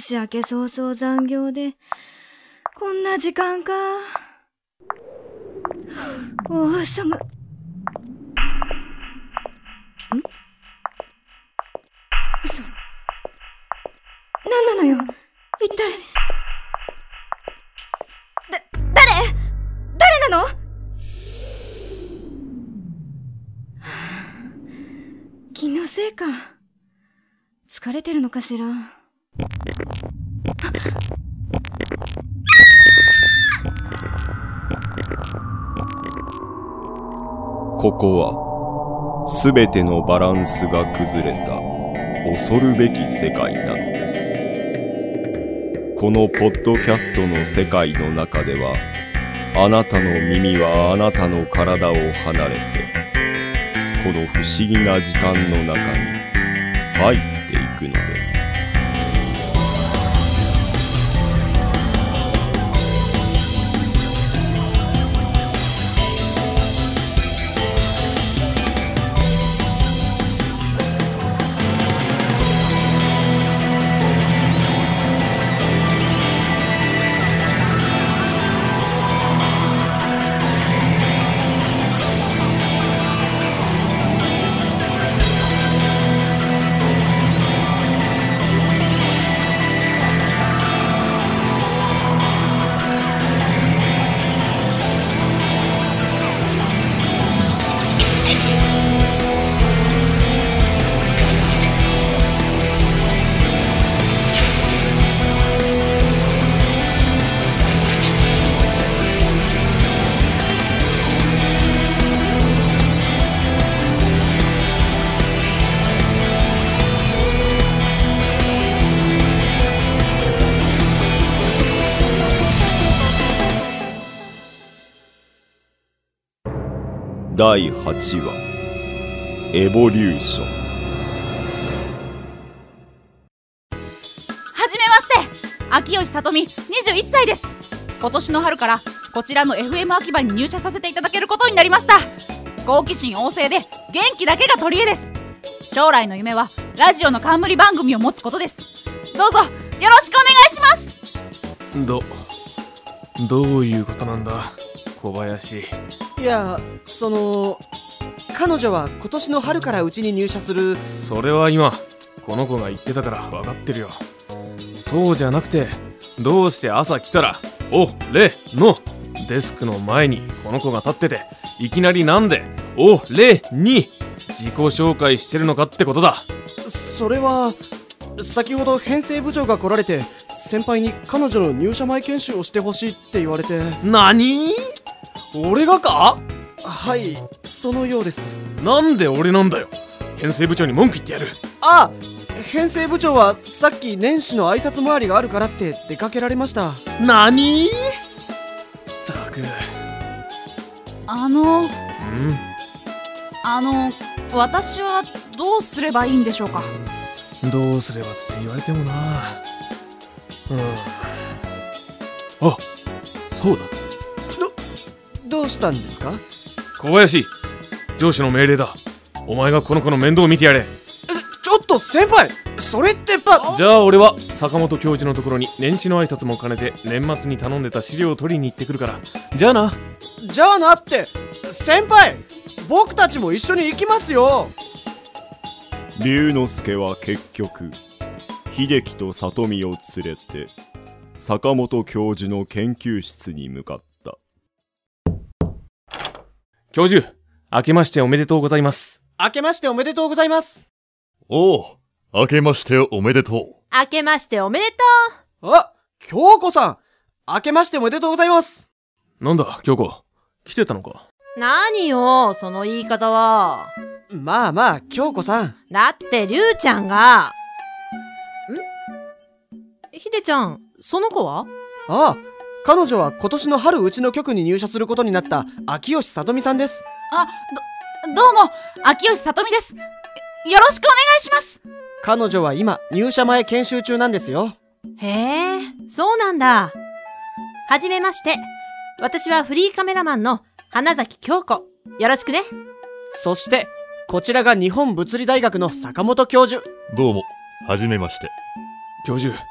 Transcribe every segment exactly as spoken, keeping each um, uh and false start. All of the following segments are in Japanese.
年明け早々残業で、こんな時間か。おー、寒っ。ん？嘘。何なのよ、一体。だ、誰？誰なの？気のせいか。疲れてるのかしら。 ここはすべてのバランスが崩れた恐るべき世界なのです。このポッドキャストの世界の中では、あなたの耳はあなたの体を離れて、この不思議な時間の中に入っていくのです。だいはちわエボリューション。 はじめまして、秋吉さとみにじゅういっさいです。今年の春からこちらの エフエム 秋葉に入社させていただけることになりました。好奇心旺盛で元気だけが取り柄です。将来の夢はラジオの冠番組を持つことです。どうぞよろしくお願いします。 どどういうことなんだ小林。 いや、その彼女は今年の春からうちに入社する。 それは今この子が言ってたから分かってるよ。そうじゃなくて、どうして朝来たらおれのデスクの前にこの子が立ってて、いきなりなんでおれに自己紹介してるのかってことだ。 それは先ほど編成部長が来られて、先輩に彼女の入社前研修をしてほしいって言われて。 何？俺がか？ はい、そのようです。 なんで俺なんだよ。編成部長に文句言ってやる。 あ、編成部長はさっき年始の挨拶回りがあるからって出かけられました。 何？ったく。 あのうんあの私はどうすればいいんでしょうか。 どうすればって言われてもな。うん。あ、そうだ。 どうしたんですか？ 小林、上司の命令だ。お前がこの子の面倒を見てやれ。 え、ちょっと先輩、それってば。 じゃあ俺は坂本教授のところに年始の挨拶も兼ねて年末に頼んでた資料を取りに行ってくるから。じゃあな。 じゃあなって、先輩、僕たちも一緒に行きますよ。 龍之介は結局秀樹と里美を連れて坂本教授の研究室に向かった。 教授、明けましておめでとうございます。 明けましておめでとうございます。 おう、明けましておめでとう。 明けましておめでとう。 あ、京子さん、明けましておめでとうございます。 なんだ京子、来てたのか。 何よその言い方は。 まあまあ京子さん。 だってりゅうちゃんが。んひでちゃん、その子は？ ああ、彼女は今年の春うちの局に入社することになった秋吉さとみさんです。 あ、ど、どうも秋吉さとみです。よろしくお願いします。 彼女は今入社前研修中なんですよ。 へえ、そうなんだ。はじめまして、私はフリーカメラマンの花崎京子。よろしくね。 そしてこちらが日本物理大学の坂本教授。 どうも、はじめまして。 教授、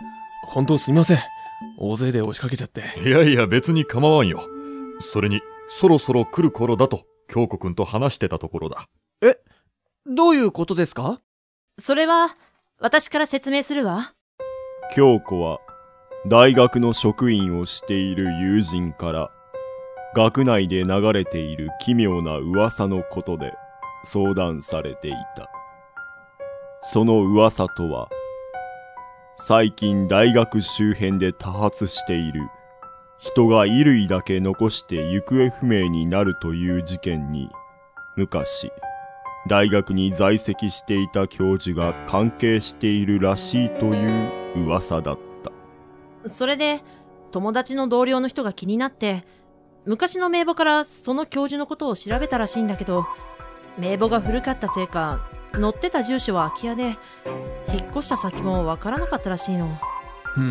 本当すみません。大勢で押しかけちゃって。 いやいや、別に構わんよ。それに、そろそろ来る頃だと、京子くんと話してたところだ。 え、どういうことですか？ それは、私から説明するわ。 京子は、大学の職員をしている友人から、学内で流れている奇妙な噂のことで相談されていた。その噂とは、最近大学周辺で多発している人が衣類だけ残して行方不明になるという事件に、昔大学に在籍していた教授が関係しているらしいという噂だった。 それで、友達の同僚の人が気になって、昔の名簿からその教授のことを調べたらしいんだけど、名簿が古かったせいか、載ってた住所は空き家で、引っ越した先もわからなかったらしいの。 うんうん。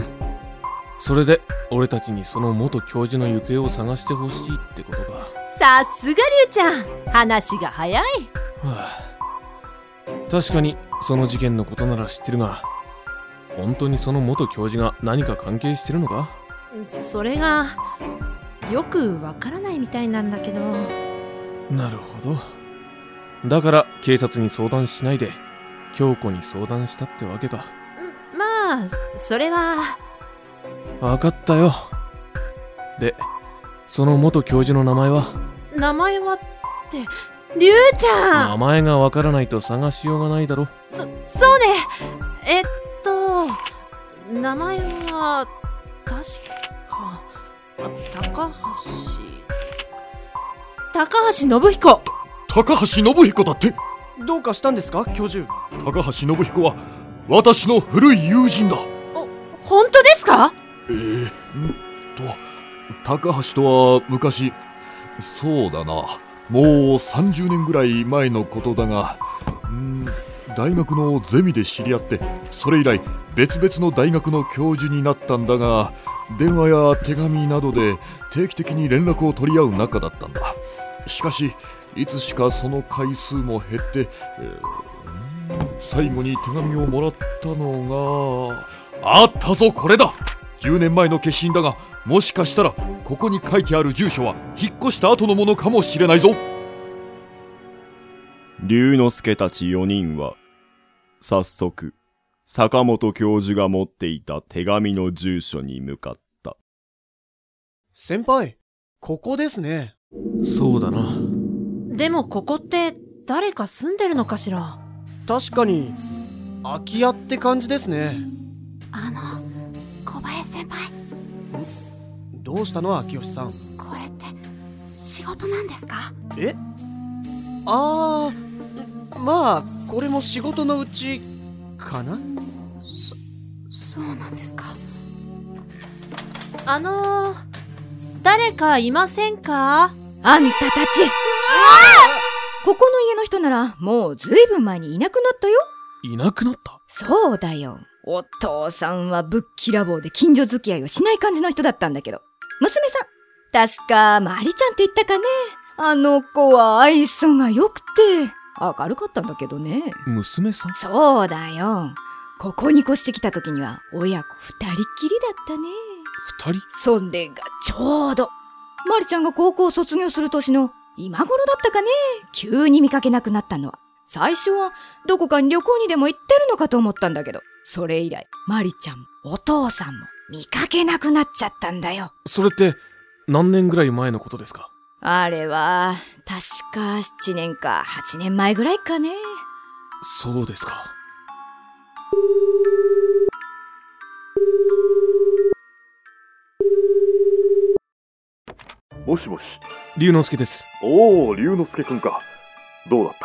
それで俺たちにその元教授の行方を探してほしいってことか。 さすがりゅうちゃん、話が早い。 はあ、確かにその事件のことなら知ってるが、本当にその元教授が何か関係してるのか？ それがよくわからないみたいなんだけど。 なるほど。だから警察に相談しないで京子に相談したってわけか。 まあそれは分かったよ。で、その元教授の名前は？ 名前はってりゅうちゃん。 名前がわからないと探しようがないだろ。 そそうね。えっと名前は確か高橋高橋信彦。 高橋信彦だって。 どうかしたんですか、教授？ 高橋信彦は私の古い友人だ。 お、本当ですか？ えー、んと高橋とは昔、そうだな、もうさんじゅうねんぐらい前のことだが、ん大学のゼミで知り合って、それ以来別々の大学の教授になったんだが、電話や手紙などで定期的に連絡を取り合う仲だったんだ。しかしいつしかその回数も減って、えー、最後に手紙をもらったのが、あったぞ、これだ。じゅうねんまえの消印だが、もしかしたらここに書いてある住所は引っ越した後のものかもしれないぞ。 龍之介たちよにんは早速坂本教授が持っていた手紙の住所に向かった。 先輩、ここですね。 そうだな。 でもここって誰か住んでるのかしら？ 確かに空き家って感じですね。 あの小林先輩、 どうしたの、秋吉さん？ これって仕事なんですか？ え？あー、まあこれも仕事のうちかな。 そそうなんですか。 あのー、誰かいませんか？ あんたたち、ここの家の人ならもうずいぶん前にいなくなったよ。 いなくなった？ そうだよ。お父さんはぶっきらぼうで近所付き合いをしない感じの人だったんだけど、娘さん、確かマリちゃんって言ったかね。あの子は愛想が良くて明るかったんだけどね。 娘さん？ そうだよ。ここに越してきた時には親子二人っきりだったね。 二人？ それがちょうどマリちゃんが高校卒業する年の今頃だったかね。急に見かけなくなったのは、最初はどこかに旅行にでも行ってるのかと思ったんだけど、それ以来マリちゃんもお父さんも見かけなくなっちゃったんだよ。 それって何年ぐらい前のことですか？ あれは確かななねんかはちねんまえぐらいかね。 そうですか。 もしもし。 龍之介です。 おお、龍之介くんか。どうだった？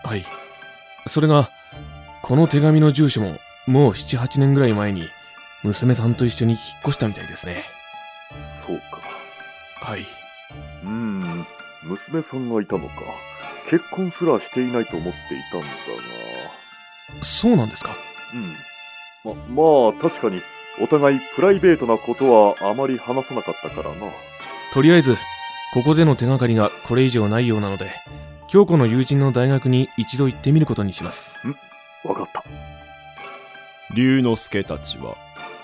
はい。それが、この手紙の住所ももうななはちねんぐらい前に娘さんと一緒に引っ越したみたいですね。 そうか。 はい。 うーん、娘さんがいたのか。結婚すらしていないと思っていたんだが。 そうなんですか？ うん。ま、まあ確かにお互いプライベートなことはあまり話さなかったからな。 とりあえずここでの手がかりがこれ以上ないようなので、京子の友人の大学に一度行ってみることにします。 ん？わかった。 龍之介たちは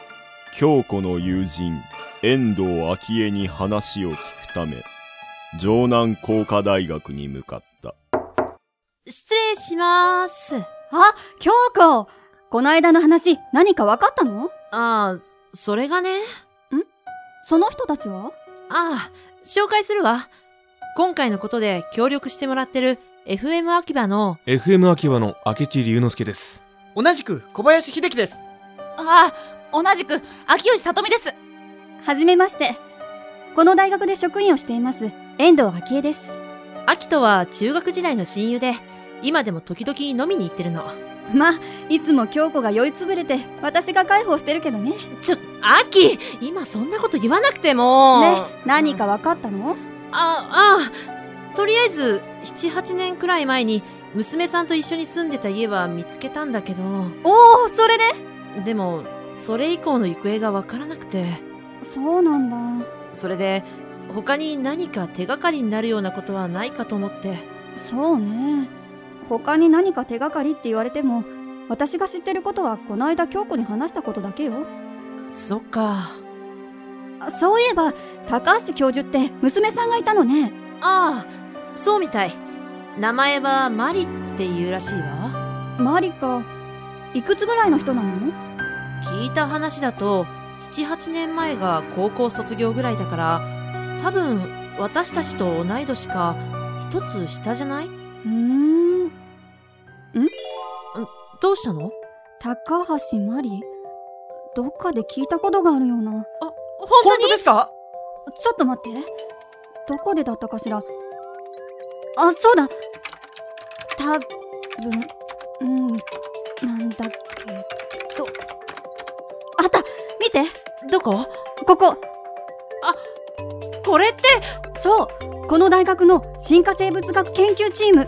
京子の友人遠藤昭恵に話を聞くため城南工科大学に向かった。 失礼しまーす。 あ、京子、この間の話何か分かったの？ ああ、それがね。ん？ その人たちは？ ああ、紹介するわ。今回のことで協力してもらってる エフエム 秋葉のエフエム 秋葉の明智龍之介です。 同じく小林秀樹です。 ああ、同じく秋吉さとみです。 はじめまして。この大学で職員をしています遠藤昭恵です。 秋とは中学時代の親友で、今でも時々飲みに行ってるの。 ま、いつも京子が酔いつぶれて私が介抱してるけどね。 ちょ、秋、今そんなこと言わなくても。 ね、何か分かったの？ あ、あ、とりあえずななはちねんくらい前に娘さんと一緒に住んでた家は見つけたんだけど。 おお、それで？ でもそれ以降の行方がわからなくて。 そうなんだ。 それで他に何か手がかりになるようなことはないかと思って。 そうね、他に何か手がかりって言われても、私が知ってることはこの間京子に話したことだけよ。 そっか。 そういえば高橋教授って娘さんがいたのね。 ああ、そうみたい。名前はマリっていうらしいわ。 マリか。いくつぐらいの人なの？ 聞いた話だとななはちねんまえが高校卒業ぐらいだから、多分私たちと同い年か一つ下じゃない？うーん。ん？ どうしたの？ 高橋マリ？どっかで聞いたことがあるような。あ、 本当に？本当ですか？ ちょっと待って。どこでだったかしら。あ、そうだ。たぶん、うん、なんだっけと。あった！見て！ どこ？ ここ。 あ、これって。 そう、この大学の進化生物学研究チーム。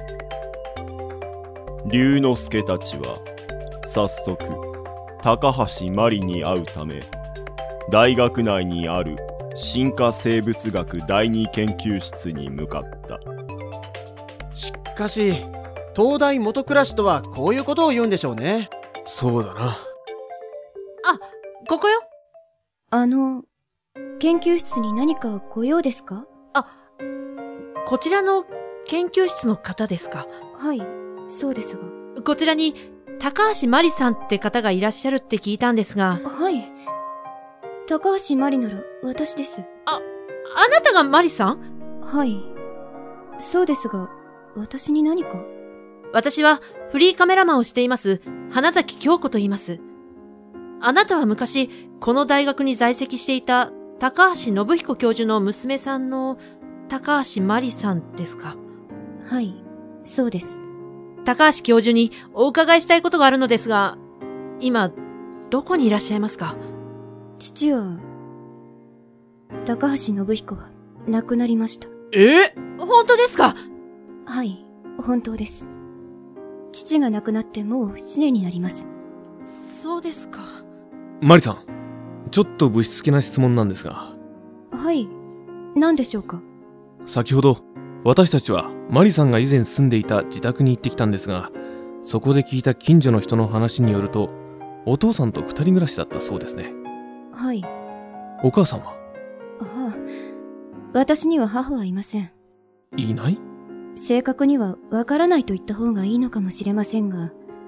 龍之介たちは早速高橋真理に会うため大学内にある進化生物学第二研究室に向かった。 しかし東大元暮らしとはこういうことを言うんでしょうね。 そうだな。 あ、ここよ。 あの、研究室に何かご用ですか？ あ、こちらの研究室の方ですか？ はい、そうですが。 こちらに高橋真理さんって方がいらっしゃるって聞いたんですが。 はい。高橋真理なら私です。 あ、あなたが真理さん？ はい。そうですが、私に何か？ 私はフリーカメラマンをしています花崎京子と言います。あなたは昔この大学に在籍していた高橋信彦教授の娘さんの高橋真理さんですか？ はい、そうです。 高橋教授にお伺いしたいことがあるのですが、今どこにいらっしゃいますか？ 父は、高橋信彦は亡くなりました。 え？ 本当ですか？ はい、本当です。父が亡くなってもう七年になります。 そうですか。 マリさん、ちょっとぶしつけな質問なんですが。 はい、何でしょうか？ 先ほど私たちはマリさんが以前住んでいた自宅に行ってきたんですが、そこで聞いた近所の人の話によると、お父さんと二人暮らしだったそうですね。 はい。 お母さんは？ はあ、私には母はいません。 いない？ 正確にはわからないと言った方がいいのかもしれませんが、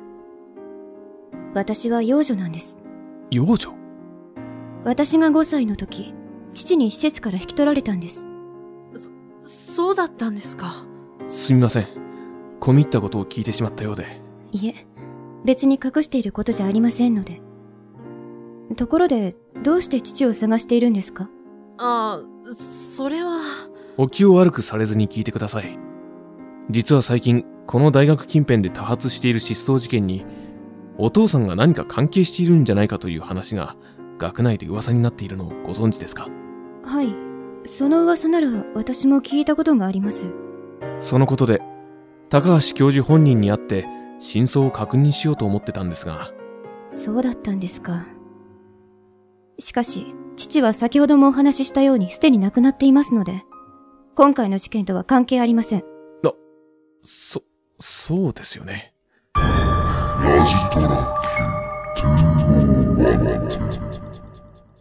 私は養女なんです。 養女？ 私がごさいの時、父に施設から引き取られたんです。 そ、そうだったんですか。 すみません。込み入ったことを聞いてしまったようで。 いえ、別に隠していることじゃありませんので。ところで、どうして父を探しているんですか？ ああ、それは。 お気を悪くされずに聞いてください。実は最近、この大学近辺で多発している失踪事件に、お父さんが何か関係しているんじゃないかという話が、学内で噂になっているのをご存知ですか？ はい。その噂なら私も聞いたことがあります。 そのことで、高橋教授本人に会って、真相を確認しようと思ってたんですが。 そうだったんですか。しかし、父は先ほどもお話ししたようにすでに亡くなっていますので、今回の事件とは関係ありません。 あ、そ、そうですよね。 ラジトラ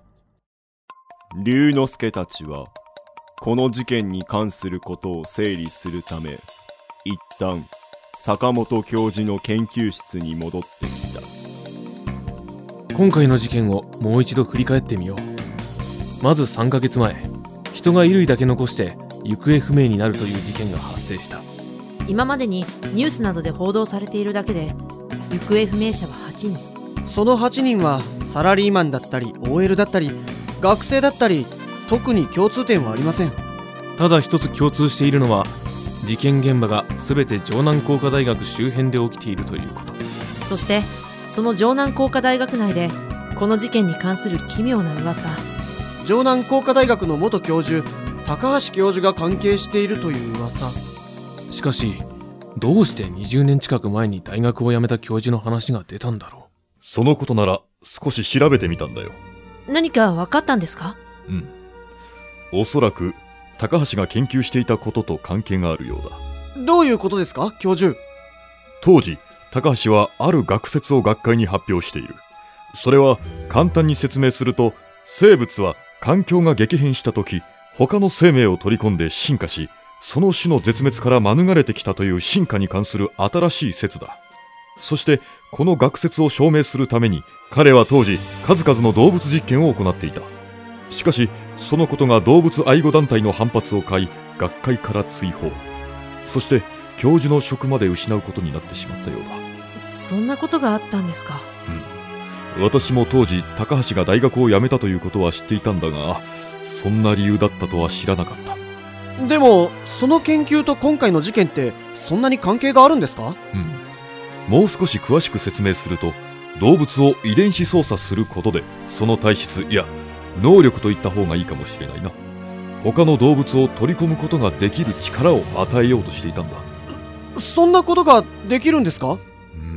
龍之介たちはこの事件に関することを整理するため一旦坂本教授の研究室に戻ってきた。 今回の事件をもう一度振り返ってみよう。まずさんかげつまえ、人が衣類だけ残して行方不明になるという事件が発生した。 今までにニュースなどで報道されているだけで行方不明者ははちにん。 そのはちにんはサラリーマンだったり オーエル だったり学生だったり、特に共通点はありません。 ただ一つ共通しているのは、事件現場が全て城南工科大学周辺で起きているということ。 そしてその城南工科大学内でこの事件に関する奇妙な噂。 城南工科大学の元教授高橋教授が関係しているという噂。 しかしどうしてにじゅうねん近く前に大学を辞めた教授の話が出たんだろう。 そのことなら少し調べてみたんだよ。 何か分かったんですか？ うん。おそらく高橋が研究していたことと関係があるようだ。 どういうことですか、教授？ 当時高橋はある学説を学会に発表している。それは簡単に説明すると、生物は環境が激変した時他の生命を取り込んで進化し、その種の絶滅から免れてきたという進化に関する新しい説だ。そしてこの学説を証明するために彼は当時数々の動物実験を行っていた。しかしそのことが動物愛護団体の反発を買い、学会から追放。そして教授の職まで失うことになってしまったようだ。 そんなことがあったんですか？ うん。私も当時高橋が大学を辞めたということは知っていたんだが、そんな理由だったとは知らなかった。 でもその研究と今回の事件ってそんなに関係があるんですか？ うん。もう少し詳しく説明すると、動物を遺伝子操作することでその体質、いや能力といった方がいいかもしれないな、他の動物を取り込むことができる力を与えようとしていたんだ。 そんなことができるんですか？ うん。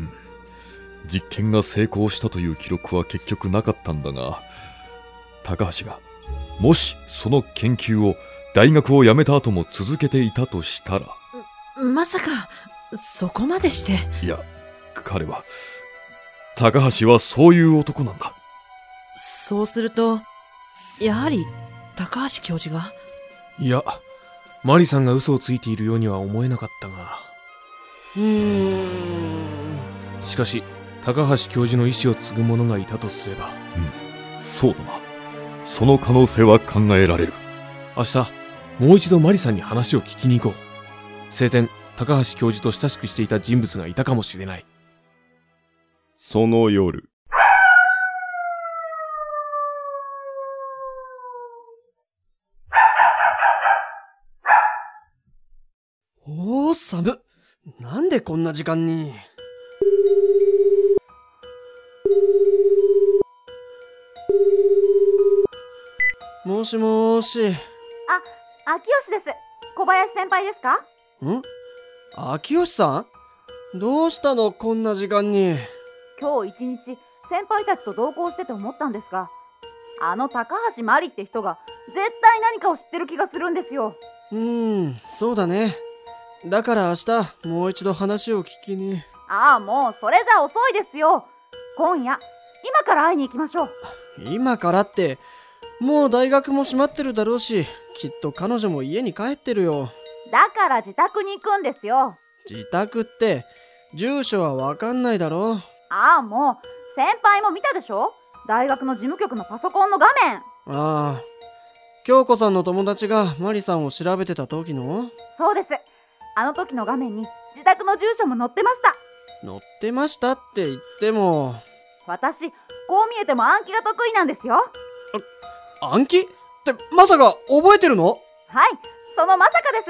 実験が成功したという記録は結局なかったんだが、高橋がもしその研究を大学を辞めた後も続けていたとしたら。 まさかそこまでして。 いや、彼は高橋はそういう男なんだ。 そうするとやはり高橋教授が。 いや、マリさんが嘘をついているようには思えなかったが。 うーん。 しかし高橋教授の意思を継ぐ者がいたとすれば。 うん、そうだな。その可能性は考えられる。 明日もう一度マリさんに話を聞きに行こう。生前高橋教授と親しくしていた人物がいたかもしれない。 その夜、 おー、寒。なんでこんな時間に。もしもーし。 あ、秋吉です。小林先輩ですか？ ん？秋吉さん？どうしたのこんな時間に。 今日一日先輩たちと同行してて思ったんですが、あの高橋真理って人が絶対何かを知ってる気がするんですよ。 うーん、そうだね。だから明日もう一度話を聞きに。 ああ、もうそれじゃ遅いですよ。今夜今から会いに行きましょう。 今からって、もう大学も閉まってるだろうし、きっと彼女も家に帰ってるよ。 だから自宅に行くんですよ。 自宅って住所はわかんないだろ。 ああ、もう先輩も見たでしょ、大学の事務局のパソコンの画面。 ああ、京子さんの友達がマリさんを調べてた時の。 そうです。あの時の画面に自宅の住所も載ってました。 載ってましたって言っても、 私こう見えても暗記が得意なんですよ。 暗記ってまさか覚えてるの？ はい、そのまさかです。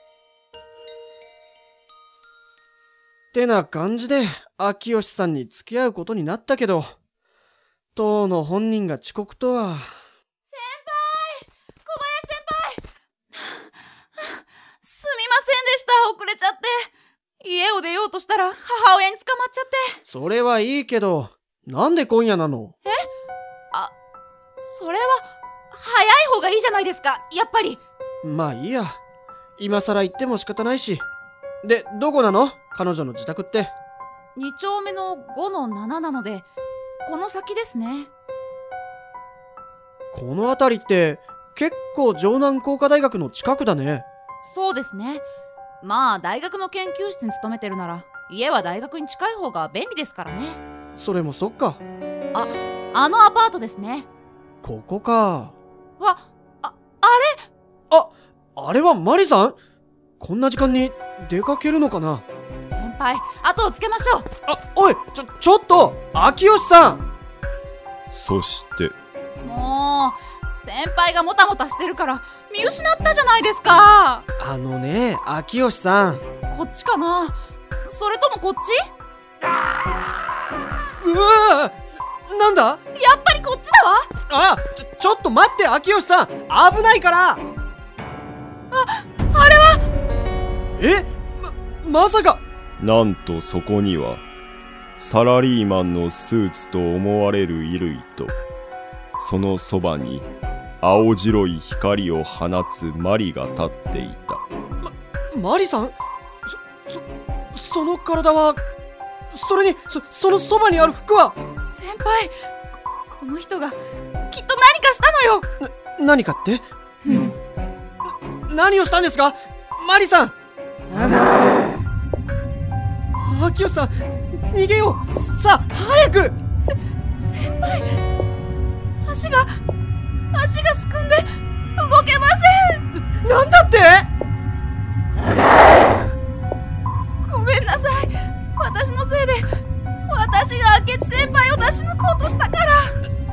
ってな感じで秋吉さんに付き合うことになったけど、当の本人が遅刻とは。 先輩、小林先輩すみませんでした、遅れちゃって。家を出ようとしたら母親に捕まっちゃって。 それはいいけど、なんで今夜なの？ え？あ、それは早い方がいいじゃないですか、やっぱり。 まあいいや、今さら言っても仕方ないし。で、どこなの？彼女の自宅って。 に丁目のごのなななので、この先ですね。 この辺りって結構城南工科大学の近くだね。 そうですね。まあ大学の研究室に勤めてるなら家は大学に近い方が便利ですからね。 それもそっか。 あ、あのアパートですね。 ここか。 わ、あ、あれあ、あれはマリさん？こんな時間に出かけるのかな？ 先輩、後をつけましょう。 あ、おい、ちょ、ちょっと秋吉さん。 そしてもう先輩がもたもたしてるから見失ったじゃないですか。 あのね、秋吉さん。 こっちかな？それともこっち？ うわー、なんだ？ やっぱりこっちだわ。 あ、ちょ、ちょっと待って秋吉さん、危ないから。 あ、あれは？ え？ま、まさか。 なんとそこにはサラリーマンのスーツと思われる衣類と、そのそばに青白い光を放つマリが立っていた。 ま、マリさん？そ、そ、その体は、それに、そ、そのそばにある服は。 先輩、こ、この人がきっと何かしたのよ。 な、何かって？うん。何をしたんですか？マリさん。秋吉さん、逃げよう。さあ、早く。 せ、先輩、足が、足がすくんで動けません。 なんだって？ ごめんなさい。私のせいで、私が明智先輩を出し抜こうとしたから。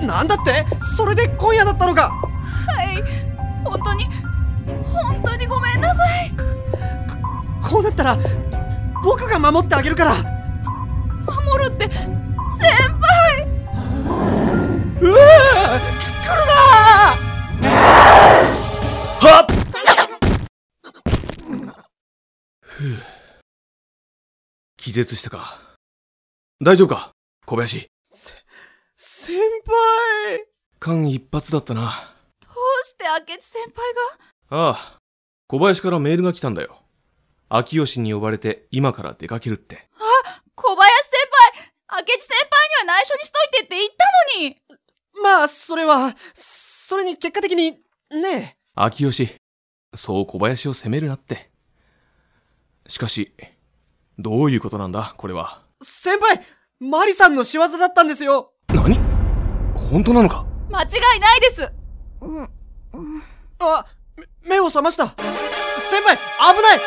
なんだって？それで今夜だったのか？ はい、本当に、本当にごめんなさい。 こ、こうなったら僕が守ってあげるから。 守るって先輩。 うわー、来るなー。 はっふう、気絶したか。大丈夫か小林？ せ、先輩。 間一髪だったな。 どうして明智先輩が？ああ、小林からメールが来たんだよ。秋吉に呼ばれて今から出かけるって。 あ、小林先輩、明智先輩には内緒にしといてって言ったのに。 まあそれは、それに結果的にね。 秋吉、そう小林を責めるなって。しかしどういうことなんだこれは。 先輩、マリさんの仕業だったんですよ。 何？本当なのか？ 間違いないです。 うん、うん、あ、目を覚ました。先輩、危ない。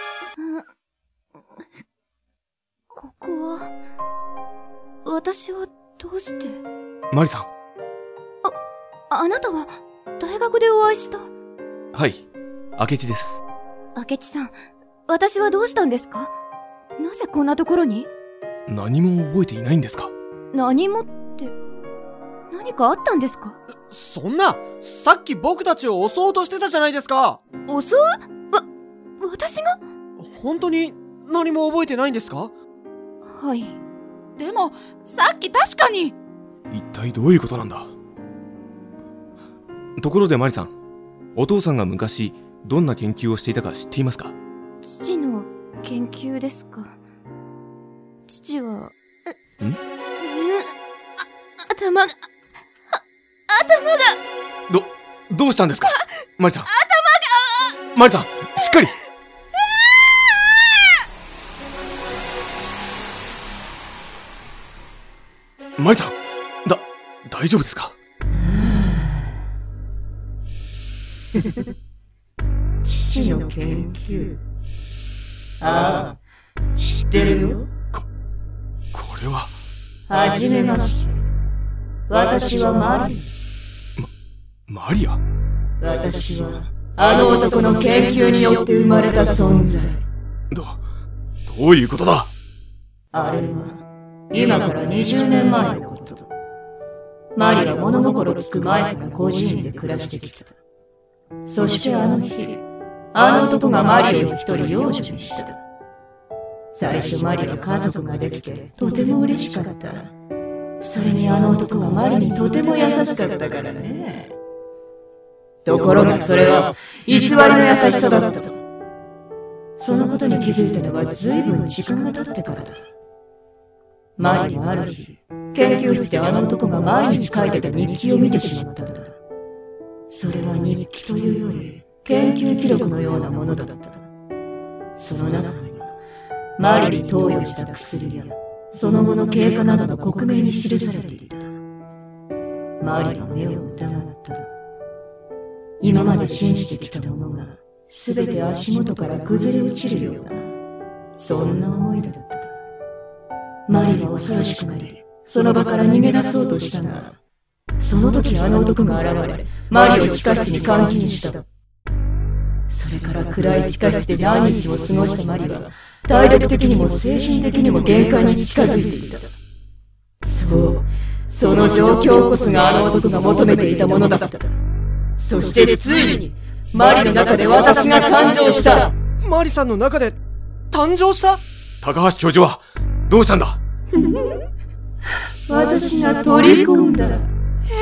ここは、私はどうして？ マリさん。 あ、あなたは大学でお会いした？ はい、明智です。 明智さん、私はどうしたんですか？なぜこんなところに？ 何も覚えていないんですか？ 何もって、何かあったんですか？ そんな、さっき僕たちを襲おうとしてたじゃないですか。 襲う？わ、私が？ 本当に何も覚えてないんですか？ はい。 でもさっき確かに。 一体どういうことなんだ？ところでマリさん、お父さんが昔どんな研究をしていたか知っていますか？ 父の研究ですか。父はん？頭が頭がどどうしたんですかマリさん。 頭がマリさん、しっかり。マリさん、だ、大丈夫ですか？ 父の研究。ああ、知ってるよ。 こ、これは。 はじめまして。私はマリ。 ま、マリア？ 私は、あの男の研究によって生まれた存在。 ど、どういうことだ？ あれは、今からにじゅうねんまえのこと。マリは物心つく前から孤児院で暮らしてきた。そしてあの日、あの男がマリを一人養女にした。最初マリは家族ができてとても嬉しかった。それにあの男はマリにとても優しかったからね。ところがそれは偽りの優しさだった。そのことに気づいたのは随分時間が経ってからだ。マリはある日、研究室であの男が毎日書いてた日記を見てしまったんだ。 それは日記というより研究記録のようなものだった。その中にはマリに投与した薬やその後の経過などの克明に記されていた。マリは目を疑った。今まで信じてきたものがすべて足元から崩れ落ちるような、そんな思いだった。マリは恐ろしくなり、その場から逃げ出そうとしたが、その時あの男が現れ、マリを地下室に監禁した。それから暗い地下室で何日も過ごしたマリは、体力的にも精神的にも限界に近づいていた。そう、その状況こそがあの男が求めていたものだった。そしてついに、マリの中で私が誕生した。 マリさんの中で誕生した？ 高橋教授はどうしたんだ？ 私が取り込んだ。え？う、 嘘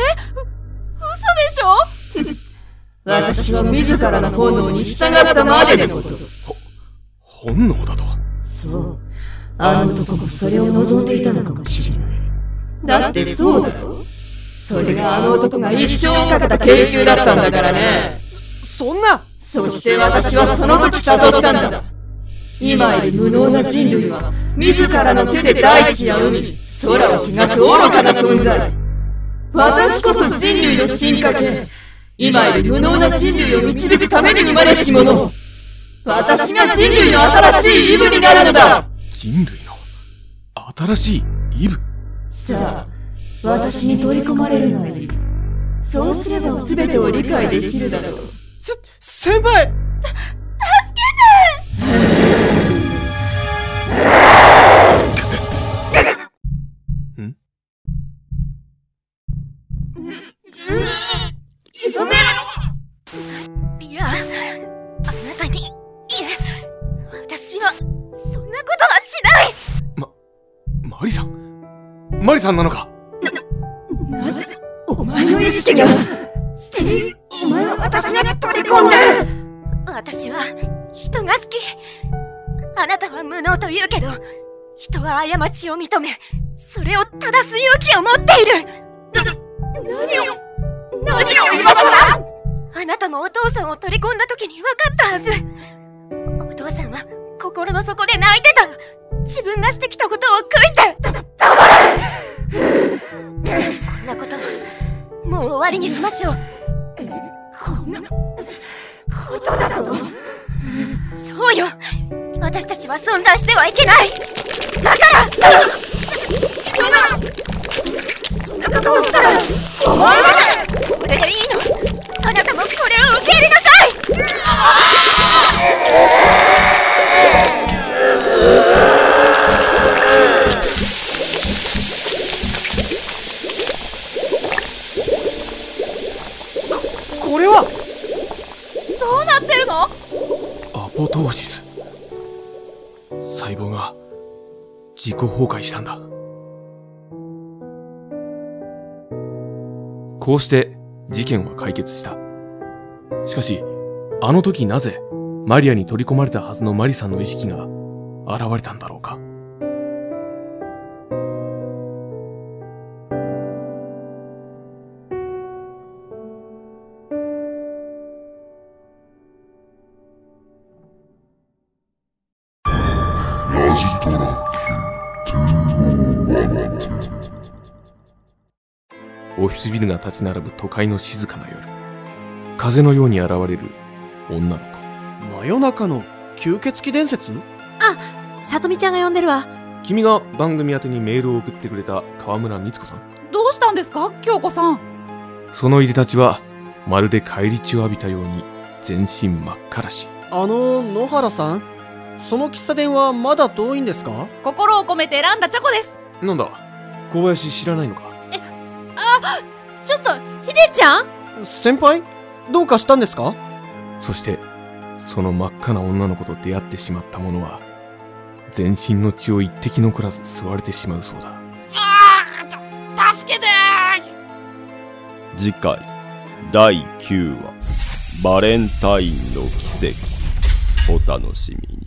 でしょ？ 私は自らの本能に従ったまでのこと。 本能だと？ そう。あの男もそれを望んでいたのかもしれない。だってそうだろ？それがあの男が一生かけた研究だったんだからね。 そんな！ そして私はその時悟ったんだ。今いる無能な人類は、自らの手で大地や海、空を汚す愚かな存在。私こそ人類の進化系。今いる無能な人類を導くために生まれし者。私が人類の新しいイブになるのだ。 人類の新しいイブ？ さあ、私に取り込まれるがいい。そうすれば全てを理解できるだろう。 す、先輩！ た、助けて！ん？ やめろ！いや、あなたに、いえ、私は、そんなことはしない！ ま、マリさん？マリさんなのか？ な、なぜ、お前の意識が、ステリー、お前は私が取り込んだ！ 私は、人が好き。あなたは無能と言うけど、人は過ちを認め、それを正す勇気を持っている。な、何を何を今さら！あなたもお父さんを取り込んだ時に分かったはず。お父さんは心の底で泣いてた。自分がしてきたことを悔いて。だ、黙れ！こんなこと、もう終わりにしましょう。 こんなことだと？ そうよ。私たちは存在してはいけない。だからそんなことをしたら、お前はこれでいいの？あなたもこれを受け入れなさい！ こ、これはどうなってるの？ アポトーシス。細胞が自己崩壊したんだ。こうして事件は解決した。しかし、あの時なぜマリアに取り込まれたはずのマリさんの意識が現れたんだろうか。 ラジトラオフィスビルが立ち並ぶ都会の静かな夜、風のように現れる女の子。 真夜中の吸血鬼伝説？ あ、さとみちゃんが呼んでるわ。 君が番組宛てにメールを送ってくれた川村光子さん。 どうしたんですか、京子さん。 そのいでたちはまるで返り血を浴びたように全身真っ赤らしい。 あの野原さん、その喫茶店はまだ遠いんですか？ 心を込めて選んだチョコです。 なんだ、小林知らないのか？ え、あ、ちょっとひでちゃん？ 先輩、どうかしたんですか？ そしてその真っ赤な女の子と出会ってしまった者は全身の血を一滴残らず吸われてしまうそうだ。 ああ、助けてー！次回だいきゅうわ、バレンタインの奇跡、お楽しみに。